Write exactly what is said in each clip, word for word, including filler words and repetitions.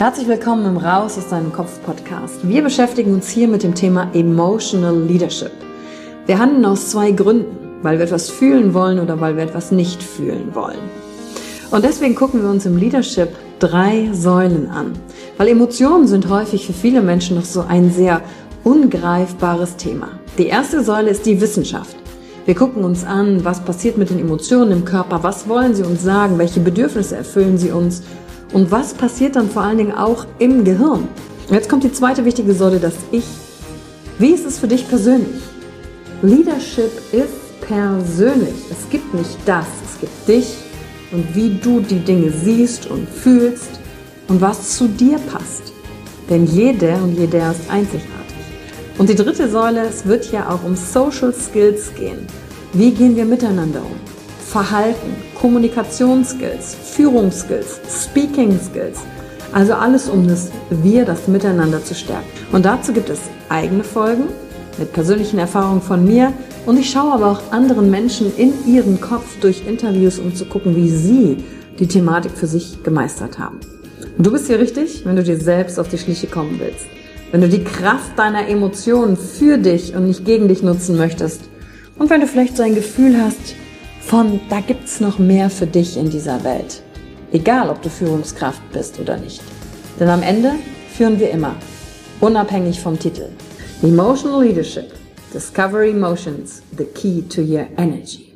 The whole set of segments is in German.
Herzlich willkommen im Raus aus deinem Kopf Podcast. Wir beschäftigen uns hier mit dem Thema Emotional Leadership. Wir handeln aus zwei Gründen, weil wir etwas fühlen wollen oder weil wir etwas nicht fühlen wollen. Und deswegen gucken wir uns im Leadership drei Säulen an, weil Emotionen sind häufig für viele Menschen noch so ein sehr ungreifbares Thema. Die erste Säule ist die Wissenschaft. Wir gucken uns an, was passiert mit den Emotionen im Körper, was wollen sie uns sagen, welche Bedürfnisse erfüllen sie uns und was passiert dann vor allen Dingen auch im Gehirn. Und jetzt kommt die zweite wichtige Säule, das Ich. Wie ist es für dich persönlich? Leadership ist persönlich. Es gibt nicht das, es gibt dich und wie du die Dinge siehst und fühlst und was zu dir passt. Denn jede und jeder ist einzigartig. Und die dritte Säule, es wird ja auch um Social Skills gehen. Wie gehen wir miteinander um? Verhalten, Kommunikationsskills, Führungsskills, Speaking Skills. Also alles um das Wir, das Miteinander zu stärken. Und dazu gibt es eigene Folgen mit persönlichen Erfahrungen von mir. Und ich schaue aber auch anderen Menschen in ihren Kopf durch Interviews, um zu gucken, wie sie die Thematik für sich gemeistert haben. Und du bist hier richtig, wenn du dir selbst auf die Schliche kommen willst. Wenn du die Kraft deiner Emotionen für dich und nicht gegen dich nutzen möchtest. Und wenn du vielleicht so ein Gefühl hast, von da gibt's noch mehr für dich in dieser Welt. Egal, ob du Führungskraft bist oder nicht. Denn am Ende führen wir immer, unabhängig vom Titel. Emotional Leadership. Discover Emotions, the key to your energy.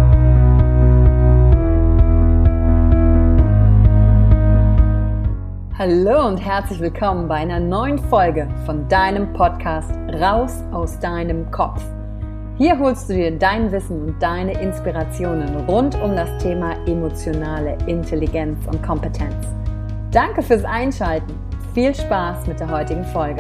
Hallo und herzlich willkommen bei einer neuen Folge von deinem Podcast Raus aus deinem Kopf. Hier holst du dir dein Wissen und deine Inspirationen rund um das Thema emotionale Intelligenz und Kompetenz. Danke fürs Einschalten. Viel Spaß mit der heutigen Folge.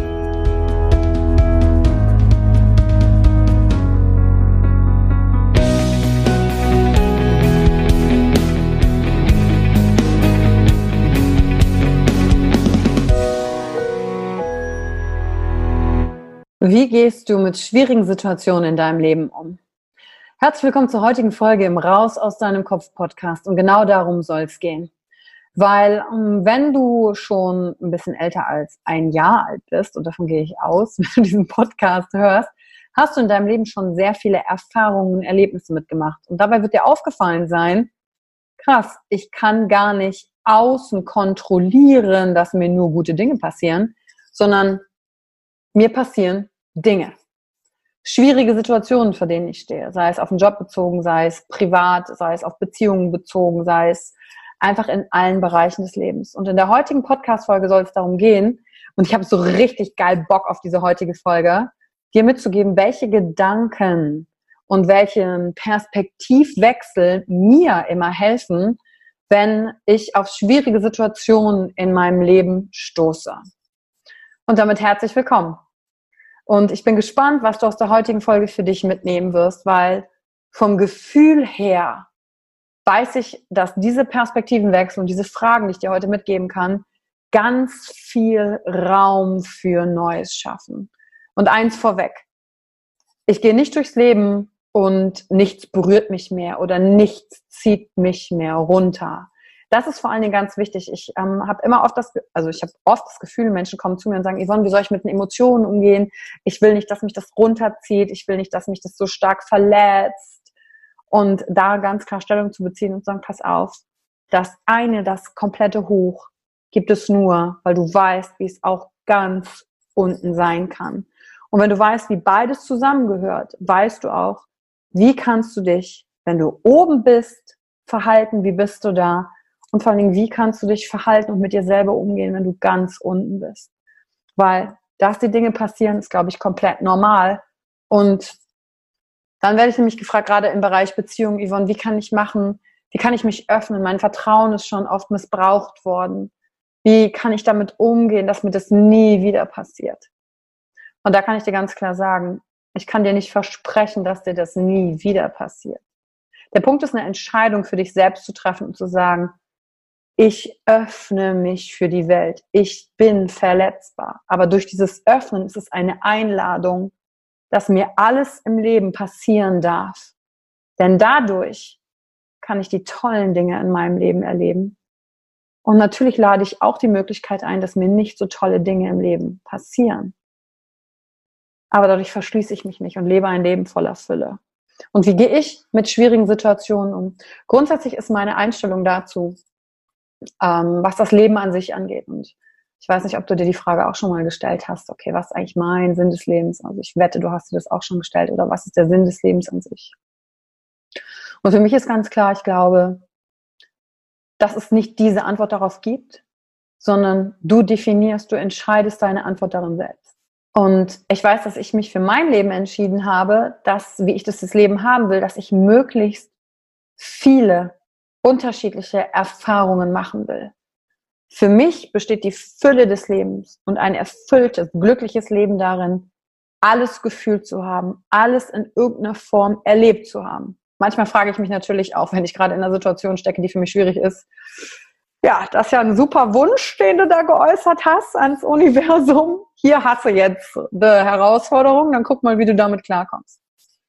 Wie gehst du mit schwierigen Situationen in deinem Leben um? Herzlich willkommen zur heutigen Folge im Raus aus deinem Kopf Podcast und genau darum soll es gehen. Weil wenn du schon ein bisschen älter als ein Jahr alt bist, und davon gehe ich aus, wenn du diesen Podcast hörst, hast du in deinem Leben schon sehr viele Erfahrungen und Erlebnisse mitgemacht. Und dabei wird dir aufgefallen sein, krass, ich kann gar nicht außen kontrollieren, dass mir nur gute Dinge passieren, sondern mir passieren Dinge. Schwierige Situationen, vor denen ich stehe. Sei es auf den Job bezogen, sei es privat, sei es auf Beziehungen bezogen, sei es einfach in allen Bereichen des Lebens. Und in der heutigen Podcast-Folge soll es darum gehen, und ich habe so richtig geil Bock auf diese heutige Folge, dir mitzugeben, welche Gedanken und welchen Perspektivwechsel mir immer helfen, wenn ich auf schwierige Situationen in meinem Leben stoße. Und damit herzlich willkommen. Und ich bin gespannt, was du aus der heutigen Folge für dich mitnehmen wirst, weil vom Gefühl her weiß ich, dass diese Perspektivenwechsel und diese Fragen, die ich dir heute mitgeben kann, ganz viel Raum für Neues schaffen. Und eins vorweg. Ich gehe nicht durchs Leben und nichts berührt mich mehr oder nichts zieht mich mehr runter. Das ist vor allen Dingen ganz wichtig. Ich ähm, habe immer oft das, also ich habe oft das Gefühl, Menschen kommen zu mir und sagen, Yvonne, wie soll ich mit den Emotionen umgehen? Ich will nicht, dass mich das runterzieht. Ich will nicht, dass mich das so stark verletzt. Und da ganz klar Stellung zu beziehen und zu sagen, pass auf, das eine, das komplette Hoch gibt es nur, weil du weißt, wie es auch ganz unten sein kann. Und wenn du weißt, wie beides zusammengehört, weißt du auch, wie kannst du dich, wenn du oben bist, verhalten, wie bist du da? Und vor allen Dingen, wie kannst du dich verhalten und mit dir selber umgehen, wenn du ganz unten bist? Weil, dass die Dinge passieren, ist, glaube ich, komplett normal. Und dann werde ich nämlich gefragt, gerade im Bereich Beziehung, Yvonne, wie kann ich machen, wie kann ich mich öffnen? Mein Vertrauen ist schon oft missbraucht worden. Wie kann ich damit umgehen, dass mir das nie wieder passiert? Und da kann ich dir ganz klar sagen, ich kann dir nicht versprechen, dass dir das nie wieder passiert. Der Punkt ist, eine Entscheidung für dich selbst zu treffen und zu sagen, ich öffne mich für die Welt. Ich bin verletzbar. Aber durch dieses Öffnen ist es eine Einladung, dass mir alles im Leben passieren darf. Denn dadurch kann ich die tollen Dinge in meinem Leben erleben. Und natürlich lade ich auch die Möglichkeit ein, dass mir nicht so tolle Dinge im Leben passieren. Aber dadurch verschließe ich mich nicht und lebe ein Leben voller Fülle. Und wie gehe ich mit schwierigen Situationen um? Grundsätzlich ist meine Einstellung dazu, ähm, was das Leben an sich angeht. Und ich weiß nicht, ob du dir die Frage auch schon mal gestellt hast. Okay, was ist eigentlich mein Sinn des Lebens? Also ich wette, du hast dir das auch schon gestellt. Oder was ist der Sinn des Lebens an sich? Und für mich ist ganz klar, ich glaube, dass es nicht diese Antwort darauf gibt, sondern du definierst, du entscheidest deine Antwort darin selbst. Und ich weiß, dass ich mich für mein Leben entschieden habe, dass, wie ich das, das Leben haben will, dass ich möglichst viele unterschiedliche Erfahrungen machen will. Für mich besteht die Fülle des Lebens und ein erfülltes, glückliches Leben darin, alles gefühlt zu haben, alles in irgendeiner Form erlebt zu haben. Manchmal frage ich mich natürlich auch, wenn ich gerade in einer Situation stecke, die für mich schwierig ist, ja, das ist ja ein super Wunsch, den du da geäußert hast ans Universum. Hier hast du jetzt die Herausforderung, dann guck mal, wie du damit klarkommst.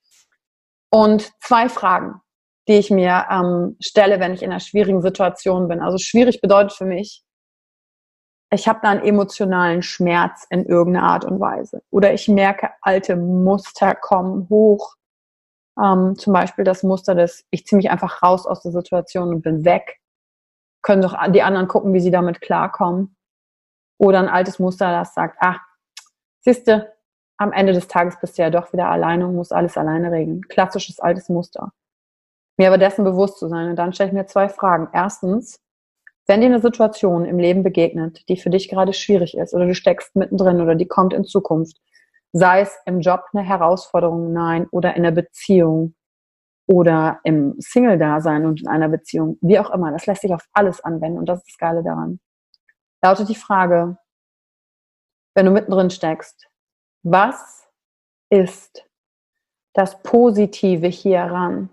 Und zwei Fragen, die ich mir ähm, stelle, wenn ich in einer schwierigen Situation bin. Also schwierig bedeutet für mich, ich habe da einen emotionalen Schmerz in irgendeiner Art und Weise. Oder ich merke, alte Muster kommen hoch. Ähm, zum Beispiel das Muster des, ich ziehe mich einfach raus aus der Situation und bin weg. Können doch die anderen gucken, wie sie damit klarkommen. Oder ein altes Muster, das sagt, ach, siehste, am Ende des Tages bist du ja doch wieder alleine und musst alles alleine regeln. Klassisches altes Muster. Mir aber dessen bewusst zu sein. Und dann stelle ich mir zwei Fragen. Erstens, wenn dir eine Situation im Leben begegnet, die für dich gerade schwierig ist oder du steckst mittendrin oder die kommt in Zukunft, sei es im Job eine Herausforderung, nein, oder in der Beziehung oder im Single-Dasein und in einer Beziehung, wie auch immer, das lässt sich auf alles anwenden und das ist das Geile daran. Lautet die Frage, wenn du mittendrin steckst, was ist das Positive hieran,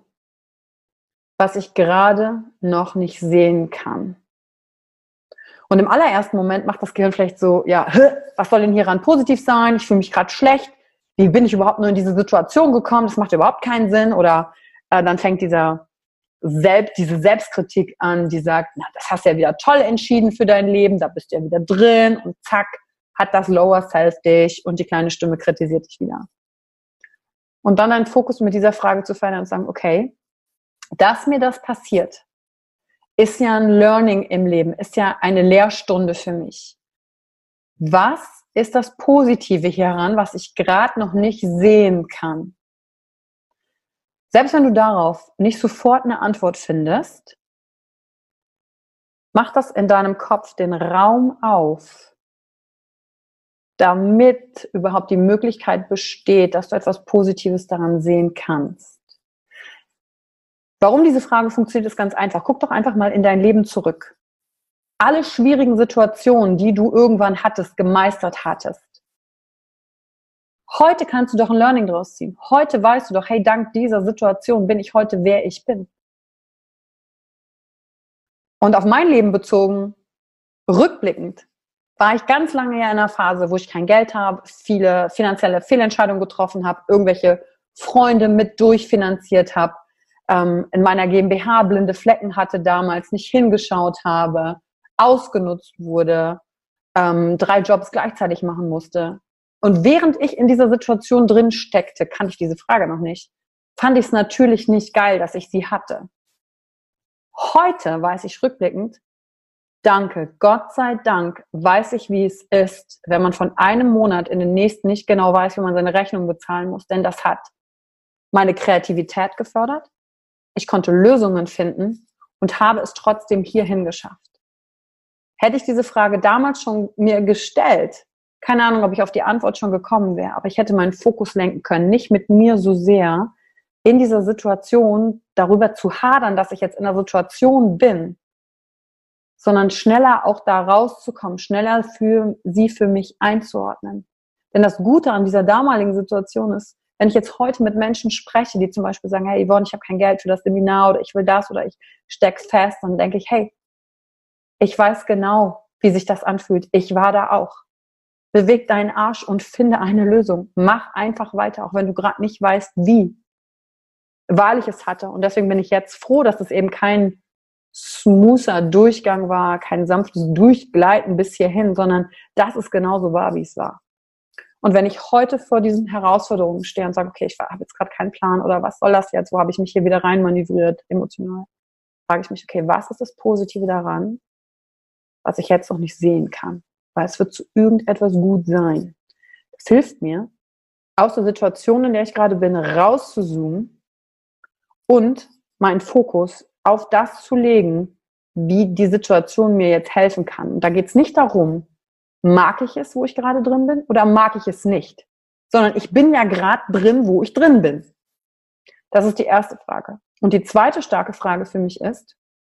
was ich gerade noch nicht sehen kann? Und im allerersten Moment macht das Gehirn vielleicht so, ja, was soll denn hieran positiv sein? Ich fühle mich gerade schlecht. Wie bin ich überhaupt nur in diese Situation gekommen? Das macht überhaupt keinen Sinn. Oder äh, dann fängt dieser Selbst, diese Selbstkritik an, die sagt, na, das hast du ja wieder toll entschieden für dein Leben, da bist du ja wieder drin und zack, hat das Lower Self dich und die kleine Stimme kritisiert dich wieder. Und dann deinen Fokus mit dieser Frage zu verändern und sagen, okay, dass mir das passiert, ist ja ein Learning im Leben, ist ja eine Lehrstunde für mich. Was ist das Positive hieran, was ich gerade noch nicht sehen kann? Selbst wenn du darauf nicht sofort eine Antwort findest, mach das in deinem Kopf den Raum auf, damit überhaupt die Möglichkeit besteht, dass du etwas Positives daran sehen kannst. Warum diese Frage funktioniert, ist ganz einfach. Guck doch einfach mal in dein Leben zurück. Alle schwierigen Situationen, die du irgendwann hattest, gemeistert hattest. Heute kannst du doch ein Learning draus ziehen. Heute weißt du doch, hey, dank dieser Situation bin ich heute, wer ich bin. Und auf mein Leben bezogen, rückblickend, war ich ganz lange ja in einer Phase, wo ich kein Geld habe, viele finanzielle Fehlentscheidungen getroffen habe, irgendwelche Freunde mit durchfinanziert habe, ähm, in meiner GmbH blinde Flecken hatte damals, nicht hingeschaut habe, ausgenutzt wurde, ähm, drei Jobs gleichzeitig machen musste. Und während ich in dieser Situation drin steckte, kannte ich diese Frage noch nicht, fand ich es natürlich nicht geil, dass ich sie hatte. Heute weiß ich rückblickend, danke, Gott sei Dank weiß ich, wie es ist, wenn man von einem Monat in den nächsten nicht genau weiß, wie man seine Rechnung bezahlen muss, denn das hat meine Kreativität gefördert. Ich konnte Lösungen finden und habe es trotzdem hierhin geschafft. Hätte ich diese Frage damals schon mir gestellt, keine Ahnung, ob ich auf die Antwort schon gekommen wäre, aber ich hätte meinen Fokus lenken können, nicht mit mir so sehr in dieser Situation darüber zu hadern, dass ich jetzt in einer Situation bin, sondern schneller auch da rauszukommen, schneller für sie für mich einzuordnen. Denn das Gute an dieser damaligen Situation ist, wenn ich jetzt heute mit Menschen spreche, die zum Beispiel sagen, hey Yvonne, ich habe kein Geld für das Seminar oder ich will das oder ich stecke fest, dann denke ich, hey, ich weiß genau, wie sich das anfühlt. Ich war da auch. Beweg deinen Arsch und finde eine Lösung. Mach einfach weiter, auch wenn du gerade nicht weißt, wie. Weil ich es hatte. Und deswegen bin ich jetzt froh, dass es eben kein smoother Durchgang war, kein sanftes Durchgleiten bis hierhin, sondern dass es genauso war, wie es war. Und wenn ich heute vor diesen Herausforderungen stehe und sage, okay, ich habe jetzt gerade keinen Plan oder was soll das jetzt, wo habe ich mich hier wieder reinmanövriert, emotional, frage ich mich, okay, was ist das Positive daran, was ich jetzt noch nicht sehen kann? Weil es wird zu irgendetwas gut sein. Das hilft mir, aus der Situation, in der ich gerade bin, rauszuzoomen und meinen Fokus auf das zu legen, wie die Situation mir jetzt helfen kann. Und da geht es nicht darum, mag ich es, wo ich gerade drin bin, oder mag ich es nicht? Sondern ich bin ja gerade drin, wo ich drin bin. Das ist die erste Frage. Und die zweite starke Frage für mich ist,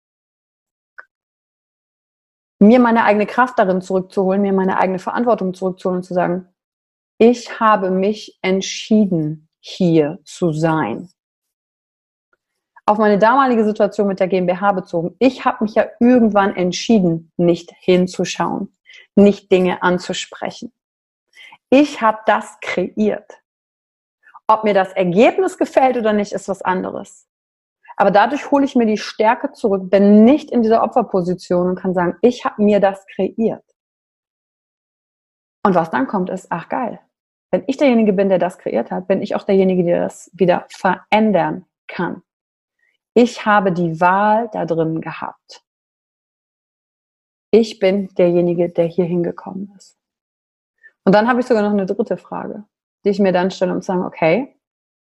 mir meine eigene Kraft darin zurückzuholen, mir meine eigene Verantwortung zurückzuholen und zu sagen, ich habe mich entschieden, hier zu sein. Auf meine damalige Situation mit der GmbH bezogen. Ich habe mich ja irgendwann entschieden, nicht hinzuschauen, nicht Dinge anzusprechen. Ich habe das kreiert. Ob mir das Ergebnis gefällt oder nicht, ist was anderes. Aber dadurch hole ich mir die Stärke zurück, bin nicht in dieser Opferposition und kann sagen, ich habe mir das kreiert. Und was dann kommt, ist, ach geil, wenn ich derjenige bin, der das kreiert hat, bin ich auch derjenige, der das wieder verändern kann. Ich habe die Wahl da drin gehabt. Ich bin derjenige, der hier hingekommen ist. Und dann habe ich sogar noch eine dritte Frage, die ich mir dann stelle und sage, okay,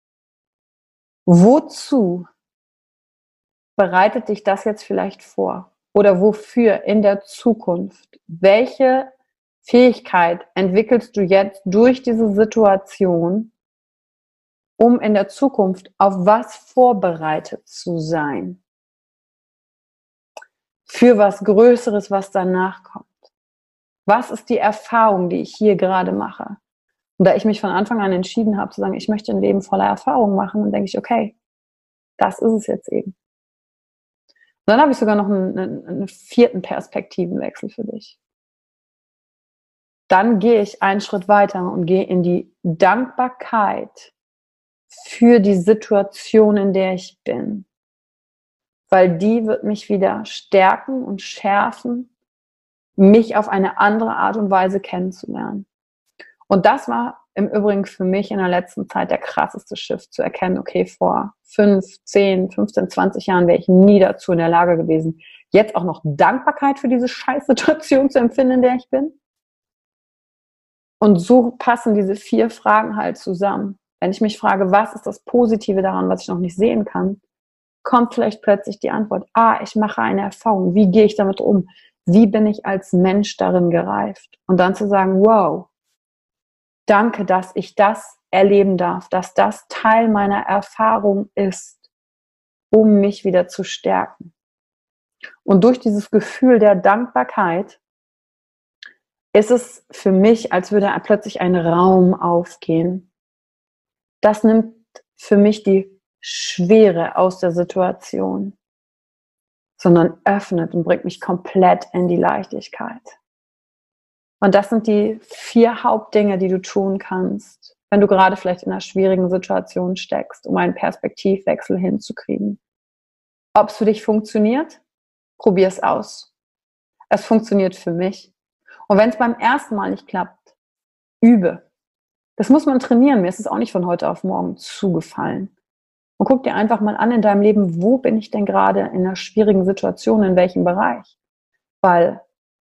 wozu bereitet dich das jetzt vielleicht vor? Oder wofür in der Zukunft? Welche Fähigkeit entwickelst du jetzt durch diese Situation, um in der Zukunft auf was vorbereitet zu sein? Für was Größeres, was danach kommt. Was ist die Erfahrung, die ich hier gerade mache? Und da ich mich von Anfang an entschieden habe, zu sagen, ich möchte ein Leben voller Erfahrung machen, dann denke ich, okay, das ist es jetzt eben. Und dann habe ich sogar noch einen, einen, einen vierten Perspektivenwechsel für dich. Dann gehe ich einen Schritt weiter und gehe in die Dankbarkeit für die Situation, in der ich bin. Weil die wird mich wieder stärken und schärfen, mich auf eine andere Art und Weise kennenzulernen. Und das war im Übrigen für mich in der letzten Zeit der krasseste Shift, zu erkennen, okay, vor fünf, zehn, fünfzehn, zwanzig Jahren wäre ich nie dazu in der Lage gewesen, jetzt auch noch Dankbarkeit für diese Scheißsituation zu empfinden, in der ich bin. Und so passen diese vier Fragen halt zusammen. Wenn ich mich frage, was ist das Positive daran, was ich noch nicht sehen kann, kommt vielleicht plötzlich die Antwort, ah, ich mache eine Erfahrung, wie gehe ich damit um? Wie bin ich als Mensch darin gereift? Und dann zu sagen, wow, danke, dass ich das erleben darf, dass das Teil meiner Erfahrung ist, um mich wieder zu stärken. Und durch dieses Gefühl der Dankbarkeit ist es für mich, als würde plötzlich ein Raum aufgehen. Das nimmt für mich die Schwere aus der Situation, sondern öffnet und bringt mich komplett in die Leichtigkeit. Und das sind die vier Hauptdinge, die du tun kannst, wenn du gerade vielleicht in einer schwierigen Situation steckst, um einen Perspektivwechsel hinzukriegen. Ob es für dich funktioniert, probier es aus. Es funktioniert für mich. Und wenn es beim ersten Mal nicht klappt, übe. Das muss man trainieren. Mir ist es auch nicht von heute auf morgen zugefallen. Und guck dir einfach mal an in deinem Leben, wo bin ich denn gerade in einer schwierigen Situation, in welchem Bereich? Weil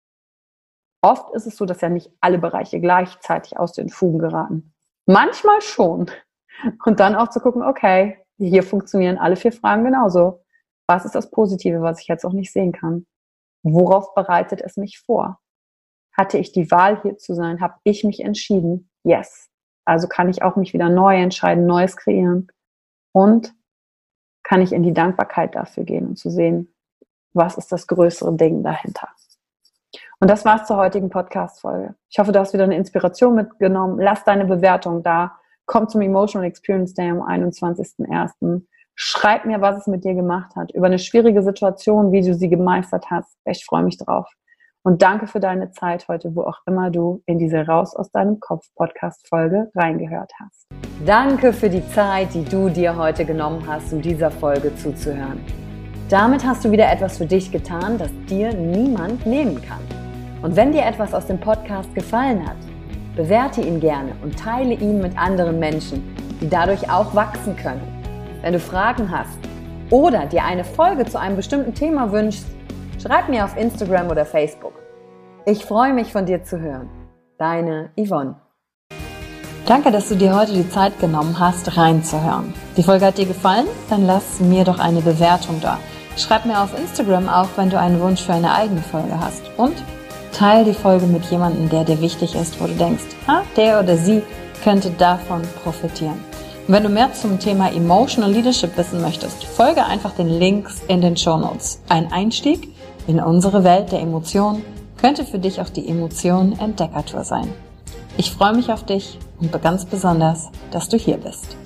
oft ist es so, dass ja nicht alle Bereiche gleichzeitig aus den Fugen geraten. Manchmal schon. Und dann auch zu gucken, okay, hier funktionieren alle vier Fragen genauso. Was ist das Positive, was ich jetzt auch nicht sehen kann? Worauf bereitet es mich vor? Hatte ich die Wahl, hier zu sein? Habe ich mich entschieden? Yes. Also kann ich auch mich wieder neu entscheiden, Neues kreieren. Und kann ich in die Dankbarkeit dafür gehen und zu sehen, was ist das größere Ding dahinter. Und das war's zur heutigen Podcast-Folge. Ich hoffe, du hast wieder eine Inspiration mitgenommen. Lass deine Bewertung da. Komm zum Emotional Experience Day am einundzwanzigsten ersten Schreib mir, was es mit dir gemacht hat, über eine schwierige Situation, wie du sie gemeistert hast. Ich freue mich drauf. Und danke für deine Zeit heute, wo auch immer du in diese Raus aus deinem Kopf Podcast-Folge reingehört hast. Danke für die Zeit, die du dir heute genommen hast, um dieser Folge zuzuhören. Damit hast du wieder etwas für dich getan, das dir niemand nehmen kann. Und wenn dir etwas aus dem Podcast gefallen hat, bewerte ihn gerne und teile ihn mit anderen Menschen, die dadurch auch wachsen können. Wenn du Fragen hast oder dir eine Folge zu einem bestimmten Thema wünschst, schreib mir auf Instagram oder Facebook. Ich freue mich, von dir zu hören. Deine Yvonne. Danke, dass du dir heute die Zeit genommen hast, reinzuhören. Die Folge hat dir gefallen? Dann lass mir doch eine Bewertung da. Schreib mir auf Instagram auch, wenn du einen Wunsch für eine eigene Folge hast. Und teile die Folge mit jemandem, der dir wichtig ist, wo du denkst, ah, der oder sie könnte davon profitieren. Und wenn du mehr zum Thema Emotional Leadership wissen möchtest, folge einfach den Links in den Shownotes. Ein Einstieg in unsere Welt der Emotionen könnte für dich auch die Emotionen Entdeckertour sein. Ich freue mich auf dich und ganz besonders, dass du hier bist.